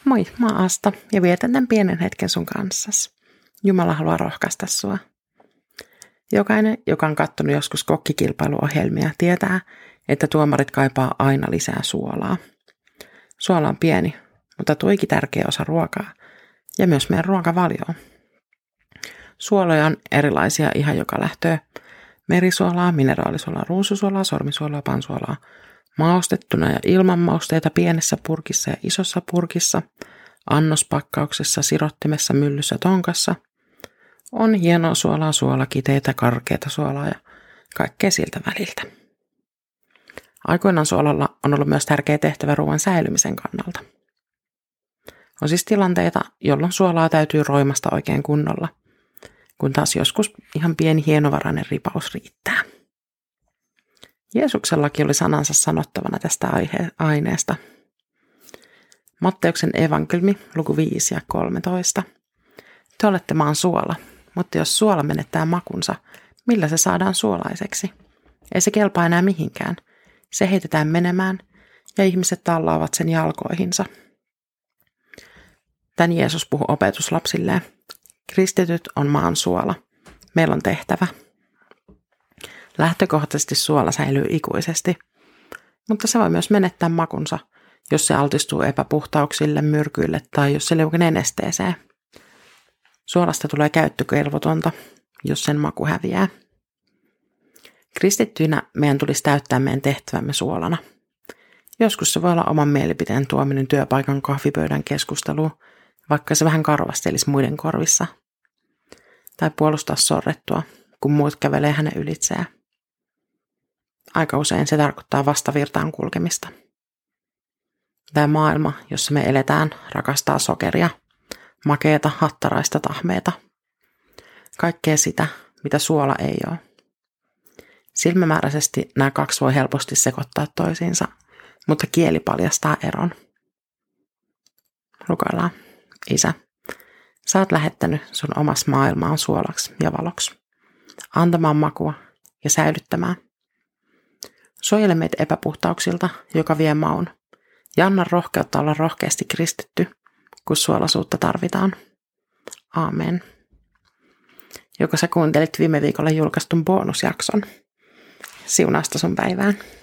Moi, mä oon Asta ja vietän tämän pienen hetken sun kanssas. Jumala haluaa rohkaista sua. Jokainen, joka on katsonut joskus kokkikilpailuohjelmia, tietää, että tuomarit kaipaa aina lisää suolaa. Suola on pieni, mutta tuiki tärkeä osa ruokaa ja myös meidän ruokavalioon. Suoloja on erilaisia ihan joka lähtöä. Merisuolaa, mineraalisuolaa, ruususuolaa, sormisuolaa, pansuolaa, maustettuna ja ilman mausteita pienessä purkissa ja isossa purkissa, annospakkauksessa, sirottimessa, myllyssä, tonkassa. On hienoa suolaa, suolakiteitä, karkeata suolaa ja kaikkea siltä väliltä. Aikoinaan suolalla on ollut myös tärkeä tehtävä ruoan säilymisen kannalta. On siis tilanteita, jolloin suolaa täytyy roimasta oikein kunnolla, kun taas joskus ihan pieni hienovarainen ripaus riittää. Jeesuksellakin oli sanansa sanottavana tästä aineesta. Matteuksen evankeliumi, luku 5 ja 13. Te olette maan suola, mutta jos suola menettää makunsa, millä se saadaan suolaiseksi? Ei se kelpaa enää mihinkään. Se heitetään menemään ja ihmiset tallaavat sen jalkoihinsa. Tän Jeesus puhui opetuslapsilleen. Kristityt on maan suola. Meillä on tehtävä. Lähtökohtaisesti suola säilyy ikuisesti, mutta se voi myös menettää makunsa, jos se altistuu epäpuhtauksille, myrkyille tai jos se liukenee nesteeseen. Suolasta tulee käyttökelvotonta, jos sen maku häviää. Kristittyinä meidän tulisi täyttää meidän tehtävämme suolana. Joskus se voi olla oman mielipiteen tuominen työpaikan kahvipöydän keskusteluun, vaikka se vähän karvastelisi muiden korvissa. Tai puolustaa sorrettua, kun muut kävelee hänen ylitseen. Aika usein se tarkoittaa vastavirtaan kulkemista. Tämä maailma, jossa me eletään, rakastaa sokeria, makeeta, hattaraista tahmeeta. Kaikkea sitä, mitä suola ei ole. Silmämääräisesti nämä kaksi voi helposti sekoittaa toisiinsa, mutta kieli paljastaa eron. Rukoillaan. Isä, sä oot lähettänyt sun omas maailmaan suolaksi ja valoksi, antamaan makua ja säilyttämään. Suojele meitä epäpuhtauksilta, joka vie maun, ja anna rohkeutta olla rohkeasti kristitty, kun suolaisuutta tarvitaan. Aamen. Joko sä kuuntelit viime viikolla julkaistun bonusjakson. Siunausta sun päivään.